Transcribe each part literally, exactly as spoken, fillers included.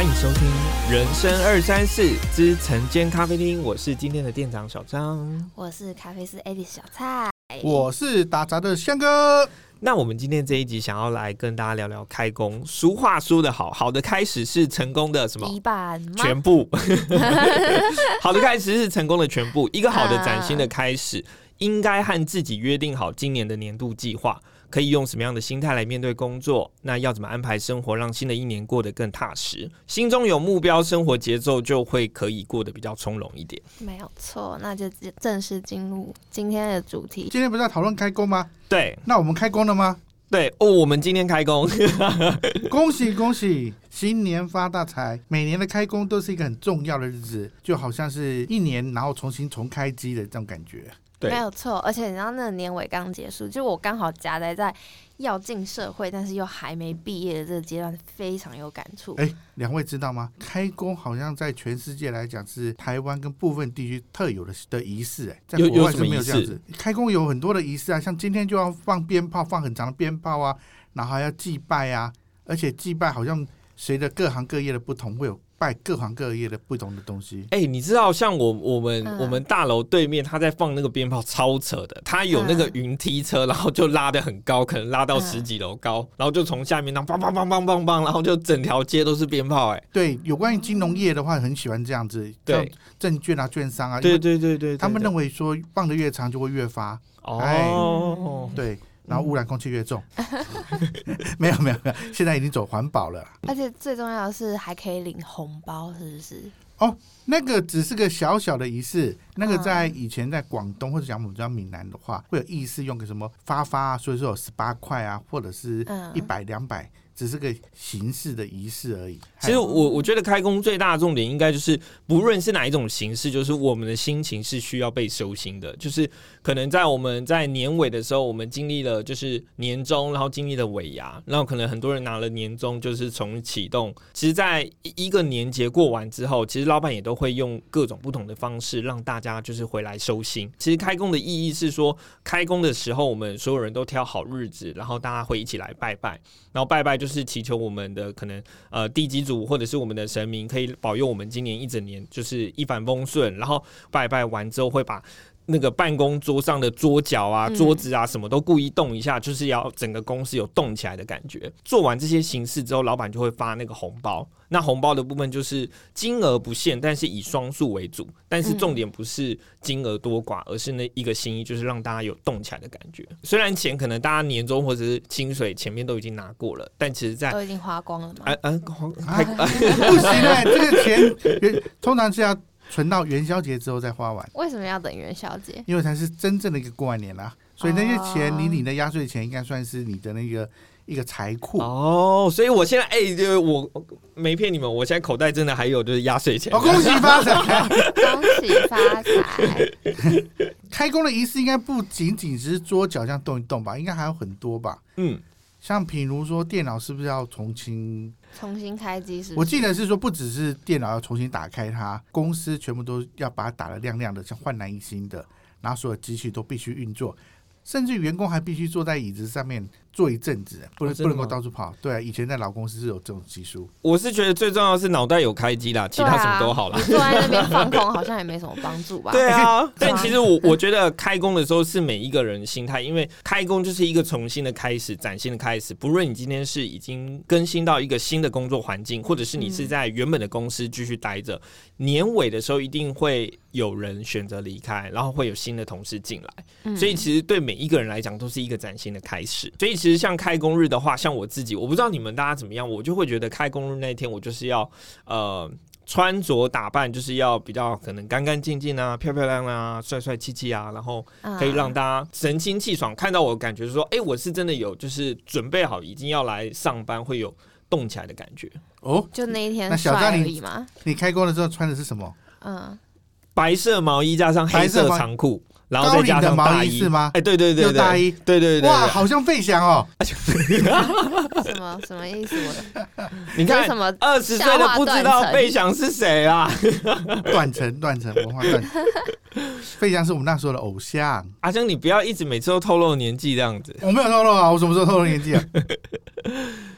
欢迎收听人生二三四之晨间咖啡厅，我是今天的店长小张， 我是咖啡师 Eddie 小蔡， 我是打杂的香哥。 那我们今天这一集想要来跟大家聊聊开工。俗话说得好，好的开始是成功的什么？ 一半吗？ 全部。好的开始是成功的全部。一个好的崭新的开始，啊、应该和自己约定好今年的年度计划，可以用什么样的心态来面对工作？那要怎么安排生活，让新的一年过得更踏实？心中有目标，生活节奏就会可以过得比较从容一点。 没有错，那就正式进入今天的主题。 今天不是要讨论开工吗？ 对， 那我们开工了吗？ 对哦，我们今天开工， 恭喜恭喜，新年发大财！每年的开工都是一个很重要的日子，就好像是一年然后重新重开机的这种感觉。 没有错，而且你知道那个年尾刚结束，就我刚好夹在在要进社会但是又还没毕业的这个阶段，非常有感触。 哎，两位知道吗？开工好像在全世界来讲是台湾跟部分地区特有的的仪式，哎，在国外是没有这样子。开工有很多的仪式啊，像今天就要放鞭炮，放很长的鞭炮啊，然后还要祭拜啊，而且祭拜好像随着各行各业的不同，会有拜各行各业的不同的东西。 哎、欸，你知道像我我们、嗯、我们大楼对面他在放那个鞭炮，超扯的。他有那个云梯车，然后就拉得很高，可能拉到十几楼高，嗯、然后就从下面那梆梆梆梆梆梆，然后就整条街都是鞭炮。哎， 对，有关于金融业的话，很喜欢这样子，对，证券啊、券商啊， 对对对 对, 对， 他们认为说放得越长就会越发。 哦， 对。然后污染空气越重，没有没有没有，现在已经走环保了。 而且最重要的是还可以领红包，是不是？ 哦，那个只是个小小的仪式，那个在以前在广东或者讲我们讲闽南的话，会有意思用个什么发发啊，所以说有十八块啊，或者是一百两百。只是个形式的仪式而已。 其实我我觉得开工最大的重点应该就是，不论是哪一种形式，就是我们的心情是需要被收心的。就是可能在我们在年尾的时候，我们经历了就是年终，然后经历了尾牙，然后可能很多人拿了年终就是从启动。其实，在一个年节过完之后，其实老板也都会用各种不同的方式让大家就是回来收心。其实开工的意义是说，开工的时候我们所有人都挑好日子，然后大家会一起来拜拜，然后拜拜就。就是祈求我们的可能呃地基主或者是我们的神明可以保佑我们今年一整年就是一帆风顺，然后拜拜完之后会把那个办公桌上的桌角啊、桌子啊什么都故意动一下，就是要整个公司有动起来的感觉。做完这些形式之后，老板就会发那个红包。那红包的部分就是金额不限，但是以双数为主。但是重点不是金额多寡，而是那一个心意，就是让大家有动起来的感觉。虽然钱可能大家年终或者是薪水前面都已经拿过了，但其实在都已经花光了嘛。 啊啊， 还不行哎、欸，这个钱通常是要存到元宵节之后再花完。 为什么要等元宵节？ 因为才是真正的一个过完年啦、啊，所以那些钱，你领的压岁钱应该算是你的那个一个财库哦。所以我现在哎、欸，我没骗你们，我现在口袋真的还有就是压岁钱。 哦，恭喜发财！ 恭喜发财！ 开工的仪式应该不仅仅只是桌脚这样动一动吧，应该还有很多吧？嗯。像比如说电脑是不是要重新重新开机？是不是？ 我记得是说不只是电脑要重新打开它，公司全部都要把它打得亮亮的，像焕然一新的，然后所有机器都必须运作，甚至员工还必须坐在椅子上面坐一阵子，不能、哦、不能够到处跑。对啊，以前在老公司是有这种技术。 我是觉得最重要的是脑袋有开机啦，其他什么都好啦。 你坐在那边放空好像也没什么帮助吧？ 对啊，但其实我我觉得开工的时候是每一个人的心态，因为开工就是一个重新的开始，崭新的开始。不论你今天是已经更新到一个新的工作环境，或者是你是在原本的公司继续待着、嗯，年尾的时候一定会有人选择离开，然后会有新的同事进来、嗯，所以其实对每一个人来讲都是一个崭新的开始。所以其实像开工日的话，像我自己，我不知道你们大家怎么样，我就会觉得开工日那一天，我就是要呃穿着打扮，就是要比较可能干干净净啊、漂漂亮亮啊、帅帅气气啊，然后可以让大家神清气爽，看到我感觉说，哎、欸，我是真的有就是准备好，已经要来上班，会有动起来的感觉。 哦， 就那一天帅而已吗？ 你开工的时候穿的是什么？ 嗯， 白色毛衣加上黑色长裤。然后再加上大衣是吗？ 哎、欸，对对对对， 大衣， 对对 对, 对， 哇，好像费翔哦。 什么什么意思？ 你看， 什么二十岁的不知道费翔是谁啊？ 断层，断层，文化断层。费翔是我们那时候的偶像。 阿香，你不要一直每次都透露年纪这样子。 我没有透露啊，我什么时候透露年纪啊？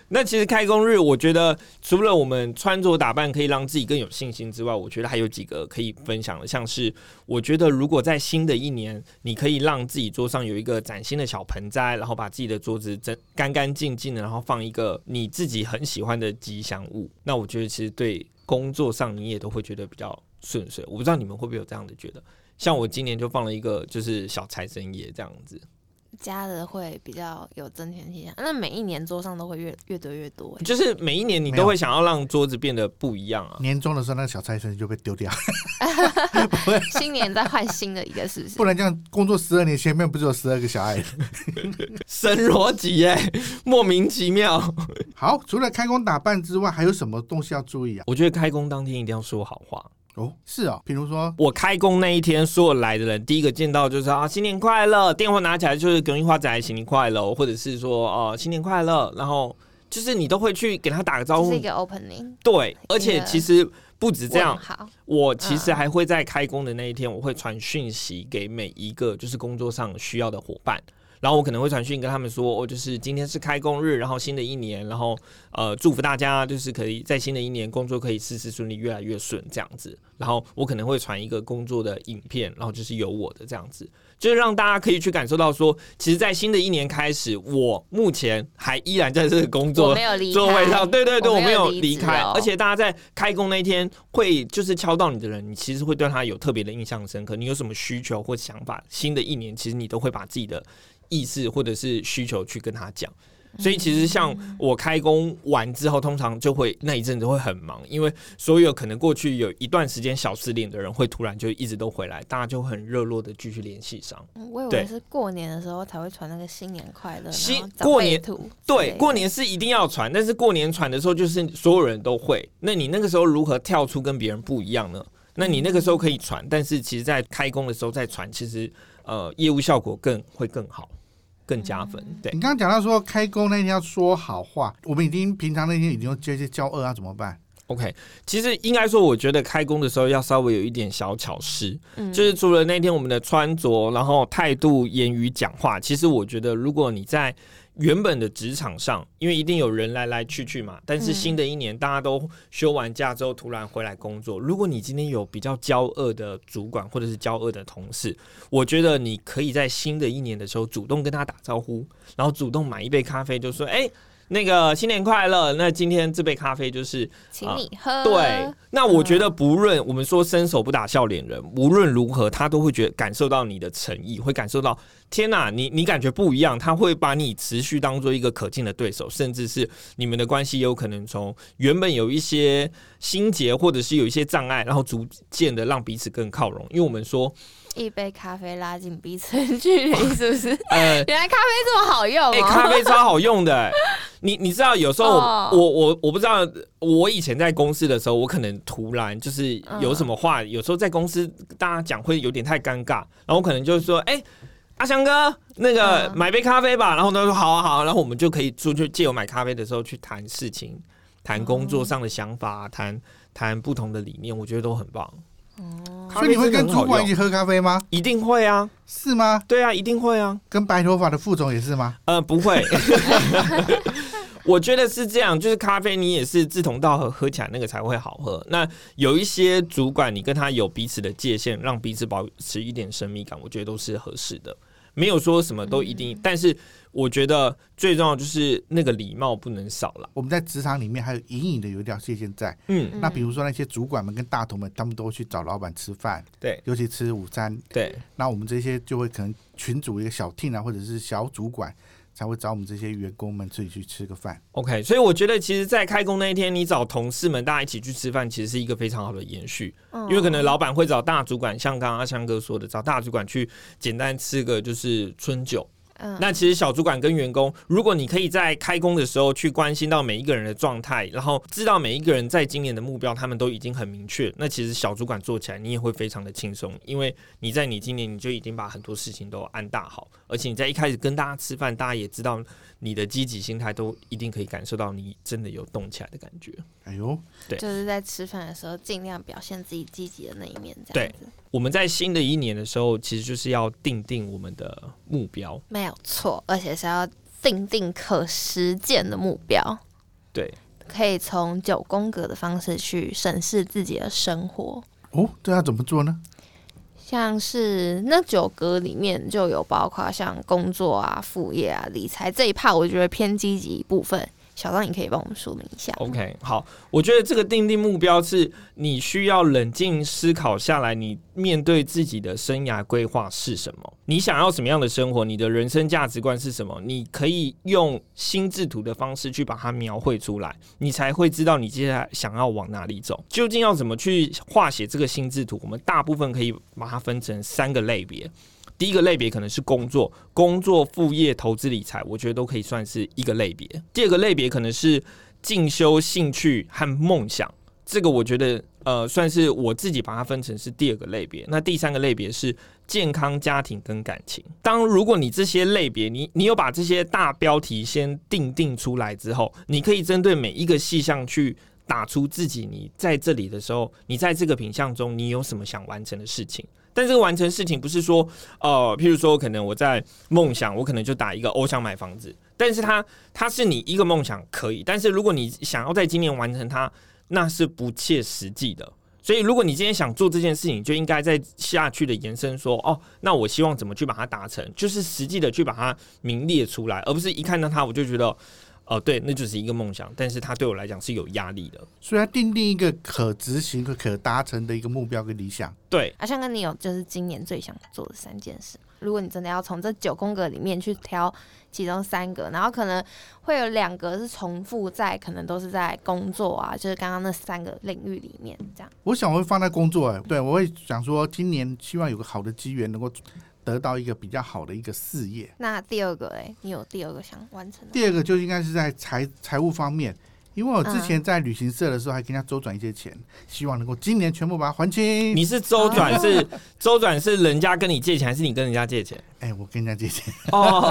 那其实开工日，我觉得除了我们穿着打扮可以让自己更有信心之外，我觉得还有几个可以分享的，像是我觉得如果在新的一年，你可以让自己桌上有一个崭新的小盆栽，然后把自己的桌子干干净净的，然后放一个你自己很喜欢的吉祥物，那我觉得其实对工作上你也都会觉得比较顺遂。我不知道你们会不会有这样的觉得，像我今年就放了一个就是小财神爷这样子。 加的会比较有增添气象，那每一年桌上都会越越堆越多， 就是每一年你都会想要让桌子变得不一样啊。 年终的时候，那个小财神就被丢掉， 新年再换新的一个，是不是？ 不然这样工作十二年，前面不是有十二个小孩？ 神逻辑耶，莫名其妙。 好，除了开工打扮之外，还有什么东西要注意啊？ 我觉得开工当天一定要说好话。 哦，是哦，比如说我开工那一天，所有来的人第一个见到就是啊新年快乐，电话拿起来就是恭喜发财，新年快乐，或者是说哦、呃、新年快乐，然后就是你都会去给他打个招呼， 这是一个 opening。 对，而且其实不止这样， 好， 我其实还会在开工的那一天，我会传讯息给每一个就是工作上需要的伙伴。然后我可能会传讯跟他们说，哦，就是今天是开工日，然后新的一年，然后呃祝福大家，就是可以在新的一年工作可以事事顺利，越来越顺这样子。然后我可能会传一个工作的影片，然后就是有我的这样子，就是让大家可以去感受到说，其实，在新的一年开始，我目前还依然在这个工作座位上，对对对，我没有离开，而且大家在开工那天会就是敲到你的人，你其实会对他有特别的印象深刻。你有什么需求或想法，新的一年其实你都会把自己的意识或者是需求去跟他讲，所以其实像我开工完之后，通常就会那一阵子会很忙，因为所有可能过去有一段时间小失联的人会突然就一直都回来，大家就很热络的继续联系上。 我以为是过年的时候才会传那个新年快乐， 新过年对过年是一定要传，但是过年传的时候就是所有人都会，那你那个时候如何跳出跟别人不一样呢？那你那个时候可以传，但是其实在开工的时候再传，其实呃业务效果更会更好，更加分。对， 你刚刚讲到说开工那天要说好话，我们已经平常那天已经接些交恶啊，怎么办 ？OK， 其实应该说，我觉得开工的时候要稍微有一点小巧思，嗯、就是除了那天我们的穿着，然后态度、言语、讲话，其实我觉得，如果你在原本的职场上，因为一定有人来来去去嘛，但是新的一年大家都休完假之后突然回来工作，如果你今天有比较交恶的主管或者是交恶的同事，我觉得你可以在新的一年的时候主动跟他打招呼，然后主动买一杯咖啡，就说哎。欸那个新年快乐！那今天这杯咖啡就是请你喝、呃。 对，那我觉得不论、嗯、我们说伸手不打笑脸人，无论如何他都会觉得感受到你的诚意，会感受到天哪，你你感觉不一样，他会把你持续当做一个可敬的对手，甚至是你们的关系有可能从原本有一些心结或者是有一些障碍，然后逐渐的让彼此更靠拢。因为我们说。 一杯咖啡拉近彼此的距离，是不是？呃，原来咖啡这么好用哦！ 哎、欸，咖啡超好用的、欸。你你知道，有时候我、oh. 我我我不知道，我以前在公司的时候，我可能突然就是有什么话，嗯、有时候在公司大家讲会有点太尴尬，然后我可能就是说，哎、欸，阿翔哥，那个、嗯、买杯咖啡吧。然后他说好啊好啊，然后我们就可以出去借我买咖啡的时候去谈事情，谈工作上的想法，谈谈不同的理念，我觉得都很棒。 哦， 所以你会跟主管一起喝咖啡吗？ 一定会啊， 是吗？ 对啊，一定会啊。 跟白头发的副总也是吗？ 呃，不会。我觉得是这样，就是咖啡你也是志同道合，喝起来那个才会好喝。那有一些主管，你跟他有彼此的界限，让彼此保持一点神秘感，我觉得都是合适的。没有说什么都一定，嗯、但是我觉得最重要就是那个礼貌不能少了。 我们在职场里面还有隐隐的有一条界限在，嗯，那比如说那些主管们跟大头们，他们都会去找老板吃饭， 对， 尤其吃午餐， 对。 那我们这些就会可能群组一个小 team 啊，或者是小主管。才会找我们这些员工们自己去吃个饭。 OK， 所以我觉得其实，在开工那一天，你找同事们大家一起去吃饭，其实是一个非常好的延续。嗯、因为可能老板会找大主管，像刚刚阿香哥说的，找大主管去简单吃个就是春酒。嗯、那其实小主管跟员工，如果你可以在开工的时候去关心到每一个人的状态，然后知道每一个人在今年的目标，他们都已经很明确，那其实小主管做起来你也会非常的轻松，因为你在你今年你就已经把很多事情都安大好，而且你在一开始跟大家吃饭，大家也知道你的积极心态，都一定可以感受到你真的有动起来的感觉。 哎呦， 对，就是在吃饭的时候尽量表现自己积极的那一面，这样子。 对，我们在新的一年的时候，其实就是要定定我们的目标， 没有错，而且是要定定可实践的目标。 对， 可以从九宫格的方式去审视自己的生活。 哦，这要怎么做呢？ 像是那九格里面就有包括像工作啊、副业啊、理财这一 part， 我觉得偏积极部分。小张，你可以帮我们说明一下。 OK， 好，我觉得这个定定目标是你需要冷静思考下来，你面对自己的生涯规划是什么？你想要什么样的生活？你的人生价值观是什么？你可以用心智图的方式去把它描绘出来，你才会知道你接下来想要往哪里走。究竟要怎么去画写这个心智图？我们大部分可以把它分成三个类别。第一个类别可能是工作，工作、副业、投资理财，我觉得都可以算是一个类别。第二个类别可能是进修、兴趣和梦想，这个我觉得呃算是我自己把它分成是第二个类别。那第三个类别是健康、家庭跟感情。当如果你这些类别，你你有把这些大标题先定定出来之后，你可以针对每一个细项去打出自己你在这里的时候，你在这个品项中你有什么想完成的事情。但这个完成事情不是说，呃，譬如说，可能我在梦想，我可能就打一个我想买房子，但是它它是你一个梦想可以，但是如果你想要在今年完成它，那是不切实际的。所以，如果你今天想做这件事情，就应该在下去的延伸说，哦，那我希望怎么去把它达成，就是实际的去把它明列出来，而不是一看到它我就觉得。哦，对，那就是一个梦想，但是它对我来讲是有压力的。 所以要定定一个可执行、可达成的一个目标跟理想。 对， 阿香哥，你有就是今年最想做的三件事？如果你真的要从这九宫格里面去挑其中三个，然后可能会有两个是重复在，可能都是在工作啊，就是刚刚那三个领域里面这样。 我想我会放在工作、欸，对我会想说，今年希望有个好的机缘能够。得到一个比较好的一个事业。 那第二个嘞，你有第二个想完成的？ 第二个就应该是在财财务方面，因为我之前在旅行社的时候还跟人家周转一些钱，嗯、希望能够今年全部把它还清。 你是周转是、哦、周转是人家跟你借钱，还是你跟人家借钱？ 哎、欸，我跟人家借钱。 哦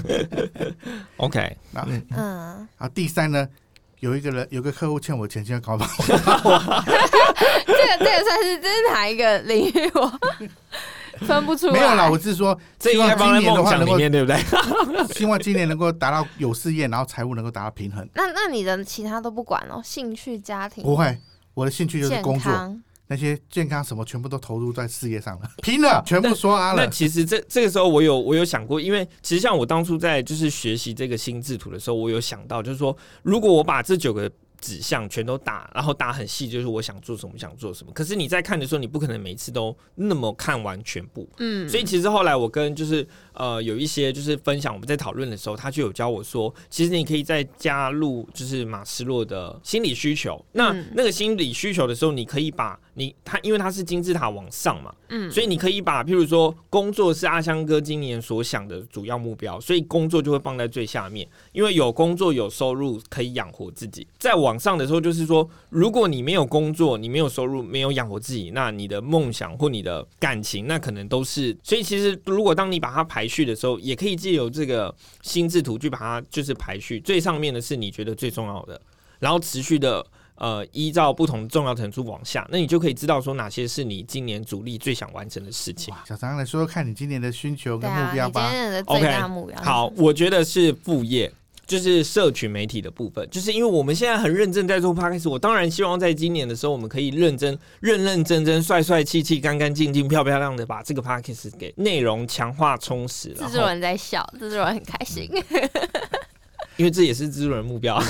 ，OK， 嗯嗯，然后第三呢？有一个人有个客户欠我钱，现在搞不好。 这个这个算是这是哪一个领域？我分不出来。 没有啦，我是说， 这应该放在梦想里面，对不对？ 希望今年能够达到有事业，然后财务能够达到平衡。 那那你的其他都不管哦，兴趣、家庭？ 不会，我的兴趣就是工作。那些健康什么全部都投入在事业上了，拼了，全部刷了。 那其实这这个时候我有我有想过，因为其实像我当初在就是学习这个心智图的时候，我有想到，就是说如果我把这九个指向全都打，然后打很细，就是我想做什么想做什么。可是你在看的时候，你不可能每次都那么看完全部。嗯，所以其实后来我跟就是呃有一些就是分享我们在讨论的时候，他就有教我说，其实你可以再加入就是马斯洛的心理需求。那、嗯、那个心理需求的时候，你可以把你他因为它是金字塔往上嘛，嗯，所以你可以把譬如说工作是阿香哥今年所想的主要目标，所以工作就会放在最下面，因为有工作有收入可以养活自己。在往上的时候，就是说，如果你没有工作，你没有收入，没有养活自己，那你的梦想或你的感情，那可能都是。所以其实，如果当你把它排序的时候，也可以借由这个心智图去把它就是排序。最上面的是你觉得最重要的，然后持续的呃依照不同的重要程度往下，那你就可以知道说哪些是你今年主力最想完成的事情。 小张来说说看你今年的需求跟目标吧。 啊、你今年的最大目标、 okay, 好，我觉得是副业。就是社群媒体的部分，就是因为我们现在很认真在做 podcast， 我当然希望在今年的时候，我们可以认真、认认真真、帅帅气气、干干净净、漂漂亮的把这个 podcast 给内容强化充实。 制作人在笑，制作人很开心。 因为这也是制作人目标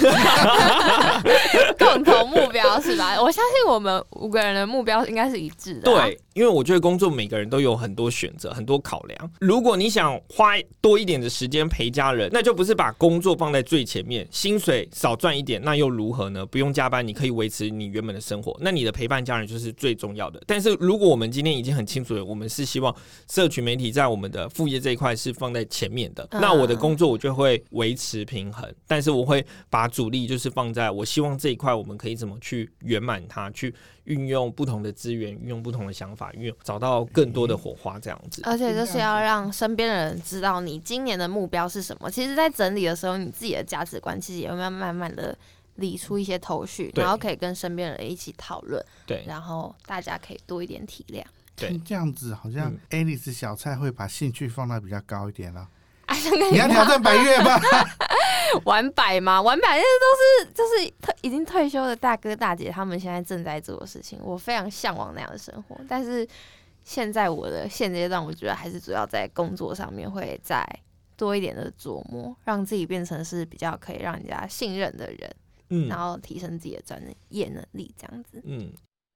共同目标是吧？我相信我们五个人的目标应该是一致的、 啊。对，因为我觉得工作每个人都有很多选择，很多考量。如果你想花多一点的时间陪家人，那就不是把工作放在最前面，薪水少赚一点，那又如何呢？不用加班，你可以维持你原本的生活，那你的陪伴家人就是最重要的。但是如果我们今天已经很清楚了，我们是希望社群媒体在我们的副业这一块是放在前面的，嗯、那我的工作我就会维持平衡。但是我会把主力就是放在我希望这一块我们可以怎么去圆满它，去运用不同的资源，运用不同的想法，运用找到更多的火花这样子。 而且就是要让身边的人知道你今年的目标是什么。其实在整理的时候，你自己的价值观其实也会慢慢的理出一些头绪，然后可以跟身边的人一起讨论，对，然后大家可以多一点体谅。 对，这样子好像 Alice 小蔡会把兴趣放到比较高一点了。 啊、 你要挑战百岳吧？ 玩百吗？玩百那都是就是退已经退休的大哥大姐他们现在正在做的事情，我非常向往那样的生活。但是现在我的现阶段，我觉得还是主要在工作上面会再多一点的琢磨，让自己变成是比较可以让人家信任的人，嗯，然后提升自己的专业能力，这样子，嗯。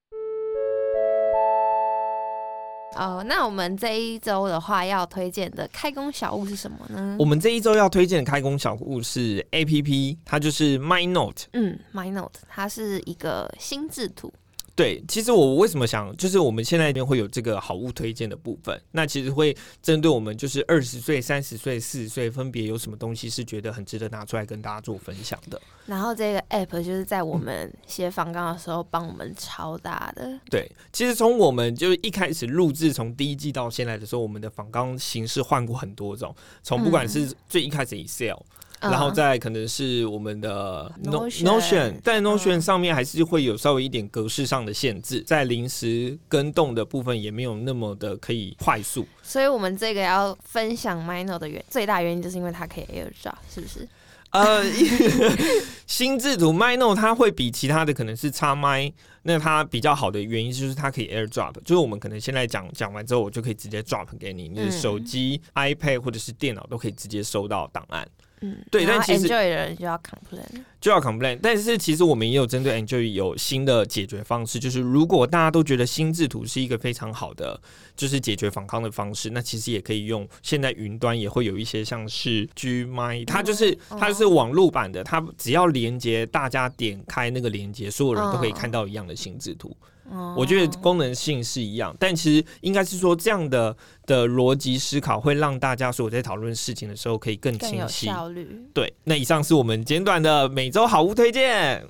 哦，那我们这一周的话，要推荐的开工小物是什么呢？ 我们这一周要推荐的开工小物是 A P P， 它就是 MindNote。 嗯 ，MindNote 它是一个心智图。 对，其实我为什么想，就是我们现在这边会有这个好物推荐的部分，那其实会针对我们就是二十岁、三十岁、四十岁分别有什么东西是觉得很值得拿出来跟大家做分享的。 然后这个 app 就是在我们写访纲的时候帮我们超大的。 对，其实从我们就是一开始录制，从第一季到现在的时候，我们的访纲形式换过很多种，从不管是最一开始 Excel。嗯然后再可能是我们的 Notion，, Notion 但 Notion 上面还是会有稍微一点格式上的限制，在临时更动的部分也没有那么的可以快速。 所以我们这个要分享 MindNote 的原最大原因就是因为它可以 AirDrop， 是不是？ 呃，心智图 MindNote 它会比其他的可能是插麦，那它比较好的原因就是它可以 AirDrop， 就是我们可能现在讲讲完之后，我就可以直接 drop 给你，你的手机、嗯、iPad 或者是电脑都可以直接收到档案。 嗯，对，但其实 Enjoy 的人就要 complain， 就要 complain。但是其实我们也有针对 Enjoy 有新的解决方式，就是如果大家都觉得心智图是一个非常好的，就是解决访纲的方式，那其实也可以用。现在云端也会有一些像是 Gmind， 它就是它就是网路版的，它只要连接，大家点开那个连接，所有人都可以看到一样的心智图。我觉得功能性是一样，但其实应该是说这样的的逻辑思考会让大家所有在讨论事情的时候可以更清晰、 更有效率。 对，那以上是我们简短的每周好物推荐。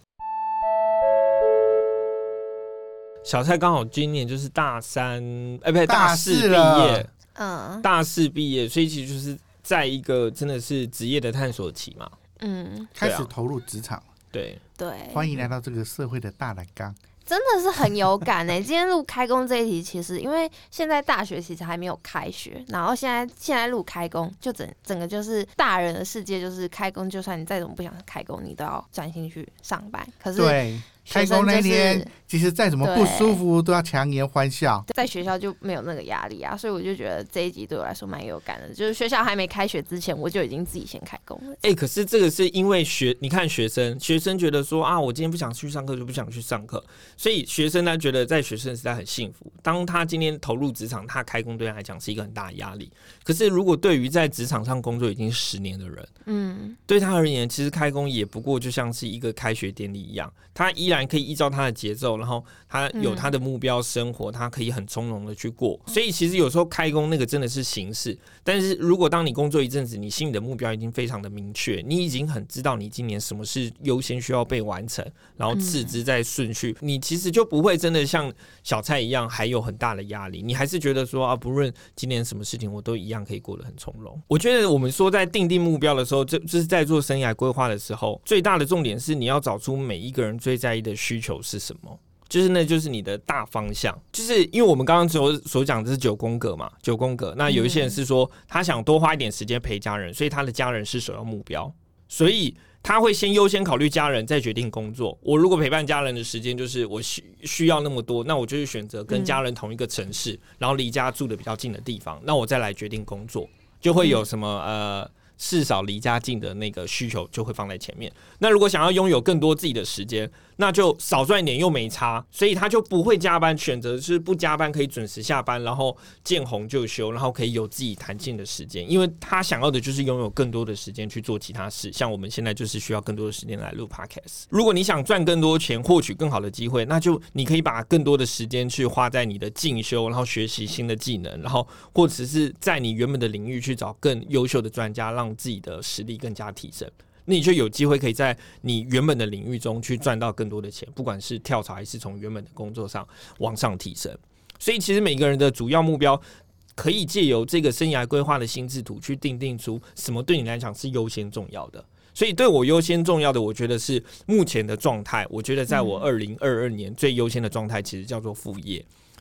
小蔡刚好今年就是大三，哎、欸，不对，大四毕业，嗯，大四毕业，所以其实就是在一个真的是职业的探索期嘛， 嗯，开始投入职场， 对对， 欢迎来到这个社会的大染缸。 真的是很有感哎、欸！今天录开工这一题，其实因为现在大学其实还没有开学，然后现在现在录开工，就整整个就是大人的世界，就是开工，就算你再怎么不想开工，你都要专心去上班。可是对。开工那天，其实再怎么不舒服，都要强颜欢笑。 在学校就没有那个压力啊，所以我就觉得这一集对我来说蛮有感的。就是学校还没开学之前，我就已经自己先开工了。 哎、欸，可是这个是因为学，你看学生，学生觉得说啊，我今天不想去上课，就不想去上课，所以学生呢觉得在学生时代很幸福。当他今天投入职场，他开工对他来讲是一个很大的压力。可是如果对于在职场上工作已经十年的人，嗯，对他而言，其实开工也不过就像是一个开学典礼一样，他依然可以依照他的节奏，然后他有他的目标生活，他可以很从容的去过。所以其实有时候开工那个真的是形式，但是如果当你工作一阵子，你心里的目标已经非常的明确，你已经很知道你今年什么是优先需要被完成，然后次之在顺序，你其实就不会真的像小蔡一样还有很大的压力，你还是觉得说啊，不论今年什么事情，我都一样可以过得很从容。我觉得我们说在定定目标的时候，就就是在做生涯规划的时候，最大的重点是你要找出每一个人最在意的需求是什么，就是那就是你的大方向。就是因为我们刚刚所所讲的是九宫格嘛，九宫格。那有一些人是说他想多花一点时间陪家人，所以他的家人是首要目标，所以他会先优先考虑家人，再决定工作。我如果陪伴家人的时间就是我需需要那么多，那我就是选择跟家人同一个城市，然后离家住的比较近的地方，那我再来决定工作，就会有什么呃。至少离家近的那个需求就会放在前面。那如果想要拥有更多自己的时间，那就少赚一点又没差，所以他就不会加班，选择是不加班，可以准时下班，然后见红就休，然后可以有自己弹性的时间，因为他想要的就是拥有更多的时间去做其他事。像我们现在就是需要更多的时间来录 podcast。如果你想赚更多钱，获取更好的机会，那就你可以把更多的时间去花在你的进修，然后学习新的技能，然后或者是在你原本的领域去找更优秀的专家，让自己的实力更加提升。那你就有机会可以在你原本的领域中去赚到更多的钱，不管是跳槽还是从原本的工作上往上提升。所以其实每个人的主要目标可以借由这个生涯规划的心智图去定定出什么对你来讲是优先重要的。所以对我优先重要的，我觉得是目前的状态。我觉得在我二零二二年最优先的状态其实叫做副业。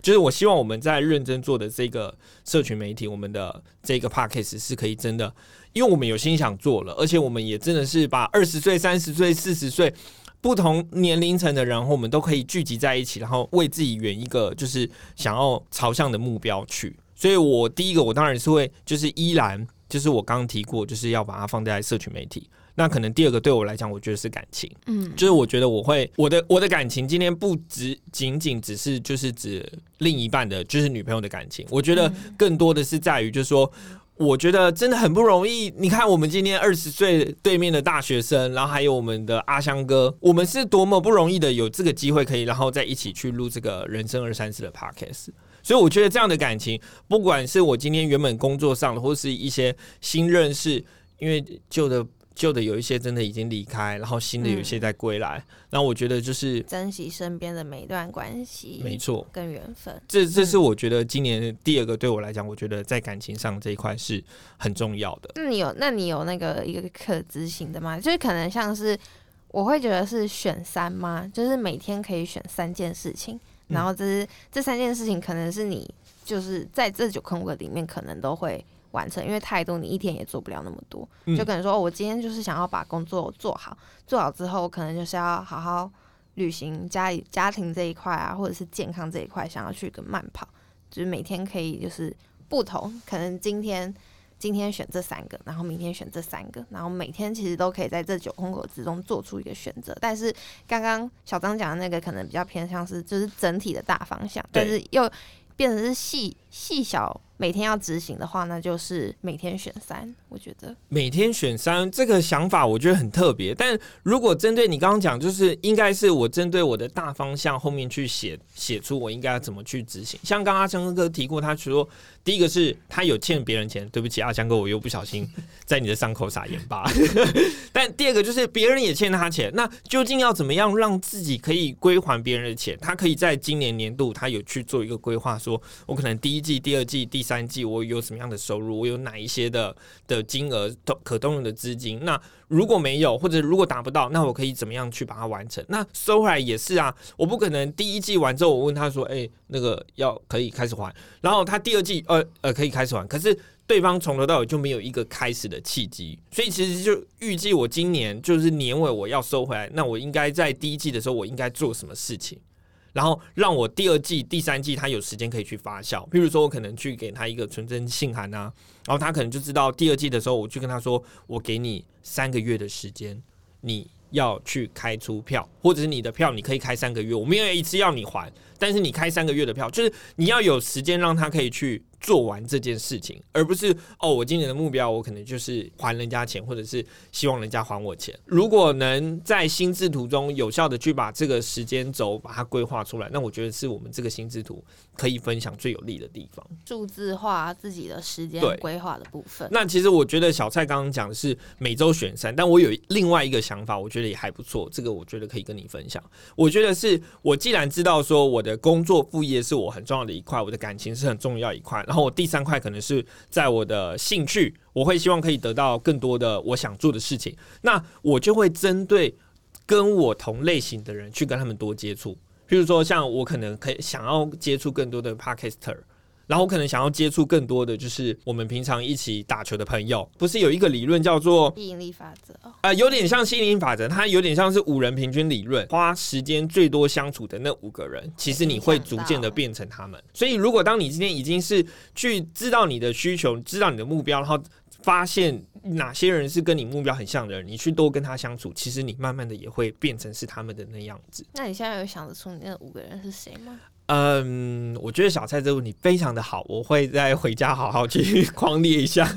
就是我希望我们在认真做的这个社群媒体，我们的这个 podcast 是可以真的，因为我们有心想做了，而且我们也真的是把二十岁、三十岁、四十岁不同年龄层的人，然后我们都可以聚集在一起，然后为自己圆一个就是想要朝向的目标去。所以我第一个，我当然是会就是依然就是我刚刚提过，就是要把它放在社群媒体。那可能第二个对我来讲，我觉得是感情，嗯，就是我觉得我会我的我的感情今天不只仅仅只是就是指另一半的，就是女朋友的感情，我觉得更多的是在于就是说。我觉得真的很不容易。你看，我们今天二十岁对面的大学生，然后还有我们的阿香哥，我们是多么不容易的有这个机会可以，然后再一起去录这个人生二三四的 podcast。所以我觉得这样的感情，不管是我今天原本工作上的，或是一些新认识，因为旧的。旧的有一些真的已经离开，然后新的有一些在归来。那、嗯、我觉得就是珍惜身边的每一段关系， 没错， 跟缘分。 这这是我觉得今年第二个对我来讲，我觉得在感情上这一块是很重要的。 那你有那你有那个一个可执行的吗？就是可能像是我会觉得是选三吗？就是每天可以选三件事情，然后这是、嗯、这三件事情可能是你就是在这九空格里面可能都会。完成，因为太多你一天也做不了那么多，嗯、就可能说、哦、我今天就是想要把工作做好，做好之后可能就是要好好旅行家里家庭这一块啊，或者是健康这一块，想要去个慢跑，就是每天可以就是不同，可能今天今天选这三个，然后明天选这三个，然后每天其实都可以在这九空格之中做出一个选择。但是刚刚小张讲的那个可能比较偏向是就是整体的大方向，但是又变成是细细小。每天要执行的话，那就是每天选三。我觉得每天选三这个想法，我觉得很特别。但如果针对你刚刚讲，就是应该是我针对我的大方向后面去写写出我应该要怎么去执行。像刚刚阿香哥提过，他说第一个是他有欠别人钱，对不起阿香哥，我又不小心在你的伤口撒盐巴。但第二个就是别人也欠他钱，那究竟要怎么样让自己可以归还别人的钱？他可以在今年年度，他有去做一个规划，说我可能第一季、第二季、第三季我有什么样的收入，我有哪一些的的金额可动用的资金。那如果没有，或者如果达不到，那我可以怎么样去把它完成？那收回来也是啊，我不可能第一季完之后，我问他说：“哎、欸，那个要可以开始还。”然后他第二季呃呃可以开始还，可是对方从头到尾就没有一个开始的契机，所以其实就预计我今年就是年尾我要收回来，那我应该在第一季的时候我应该做什么事情？然后让我第二季、第三季他有时间可以去发酵。譬如说，我可能去给他一个纯真信函啊，然后他可能就知道第二季的时候，我去跟他说，我给你三个月的时间，你要去开出票，或者是你的票你可以开三个月，我没有一次要你还，但是你开三个月的票，就是你要有时间让他可以去做完这件事情，而不是哦，我今年的目标我可能就是还人家钱，或者是希望人家还我钱。如果能在心智图中有效的去把这个时间轴把它规划出来，那我觉得是我们这个心智图可以分享最有利的地方。 数字化自己的时间规划的部分。 那其实我觉得小蔡刚刚讲的是每周选三，但我有另外一个想法，我觉得也还不错，这个我觉得可以跟你分享。我觉得是我既然知道说我的工作副业是我很重要的一块，我的感情是很重要的一块，然后我第三块可能是在我的兴趣，我会希望可以得到更多的我想做的事情，那我就会针对跟我同类型的人去跟他们多接触。譬如说像我可能可以想要接触更多的 podcaster， 然后我可能想要接触更多的就是我们平常一起打球的朋友。不是有一个理论叫做吸引力法则、 呃、有点像吸引力法则，它有点像是五人平均理论，花时间最多相处的那五个人，其实你会逐渐的变成他们。所以如果当你今天已经是去知道你的需求，知道你的目标，然后发现哪些人是跟你目标很像的人，你去多跟他相处，其实你慢慢的也会变成是他们的那样子。 那你现在有想得出你那五个人是谁吗？ 嗯，我觉得小蔡这个问题非常的好，我会再回家好好去框列一下。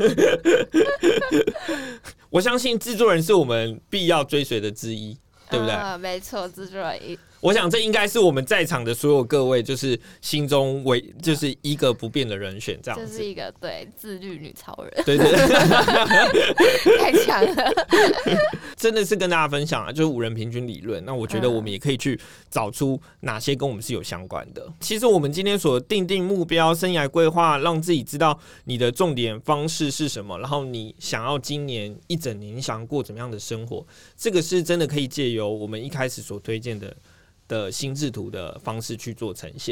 我相信制作人是我们必要追随的之一，对不对？ 呃、没错，制作人。 我想这应该是我们在场的所有各位，就是心中唯就是一个不变的人选，这样子。 这是一个对自律女超人， 对对对， 太强了。 真的是跟大家分享啊，就是五人平均理论。那我觉得我们也可以去找出哪些跟我们是有相关的。其实我们今天所定定目标、生涯规划，让自己知道你的重点方式是什么，然后你想要今年一整年你想要过怎么样的生活，这个是真的可以借由我们一开始所推荐的。的心智图的方式去做呈现。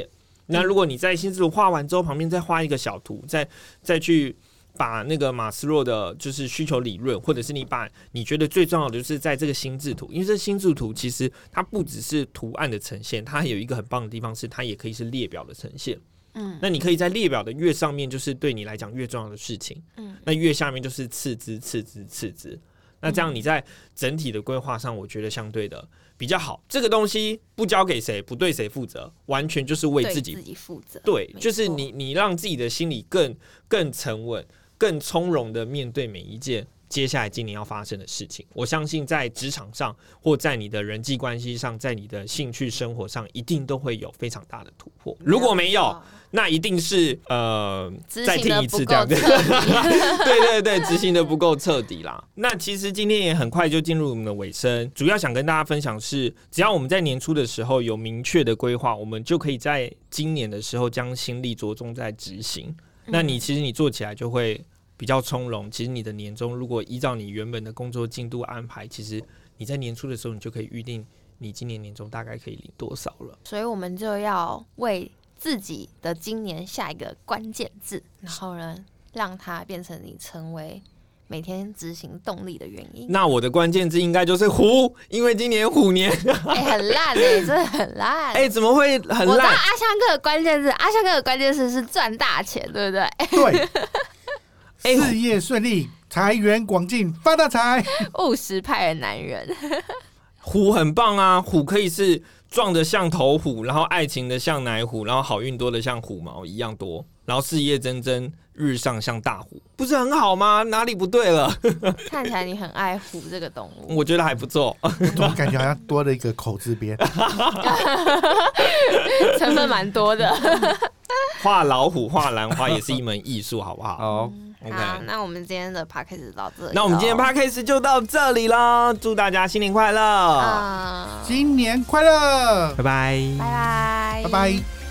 那如果你在心智图画完之后，旁边再画一个小图，再再去把那个马斯洛的就是需求理论，或者是你把你觉得最重要的就是在这个心智图，因为这心智图其实它不只是图案的呈现，它还有一个很棒的地方是它也可以是列表的呈现。嗯，那你可以在列表的越上面就是对你来讲越重要的事情，嗯，那越下面就是次之次之次之。那这样你在整体的规划上，我觉得相对的比较好。这个东西不交给谁，不对谁负责，完全就是为自己对自己负责。 对，就是你你让自己的心理更更沉稳、更从容的面对每一件接下来今年要发生的事情。我相信在职场上，或在你的人际关系上，在你的兴趣生活上，一定都会有非常大的突破。如果没有，那一定是呃，再听一次这样子。对对对，执行的不够彻底啦。那其实今天也很快就进入我们的尾声，主要想跟大家分享是，只要我们在年初的时候有明确的规划，我们就可以在今年的时候将心力着重在执行。那你其实你做起来就会比较从容。其实你的年终如果依照你原本的工作进度安排，其实你在年初的时候你就可以预定你今年年终大概可以领多少了。 所以我们就要为自己的今年下一个关键字，然后呢，让它变成你成为每天执行动力的原因。 那我的关键字应该就是虎，因为今年虎年， 哎、欸，很烂哎、欸，真的很烂。 哎、欸，怎么会很烂？ 我知道阿香哥的关键字，阿香哥的关键字是赚大钱，对不对？ 对，事业顺利，财源广进，发大财， 务实派的男人。 虎很棒啊，虎可以是壮的像头虎，然后爱情的像奶虎，然后好运多的像虎毛一样多，然后事业蒸蒸日上像大虎，不是很好吗？哪里不对了？ 看起来你很爱虎这个动物， 我觉得还不错。 我怎么感觉好像多了一个口字边， 成分蛮多的。 画老虎、画兰花也是一门艺术，好不好？ 好。 Okay. 好，那我们今天的 podcast 到这里。 那我们今天 podcast 就到这里了，祝大家新年快乐！ 啊， 新年快乐！ 拜拜， 拜拜， 拜拜。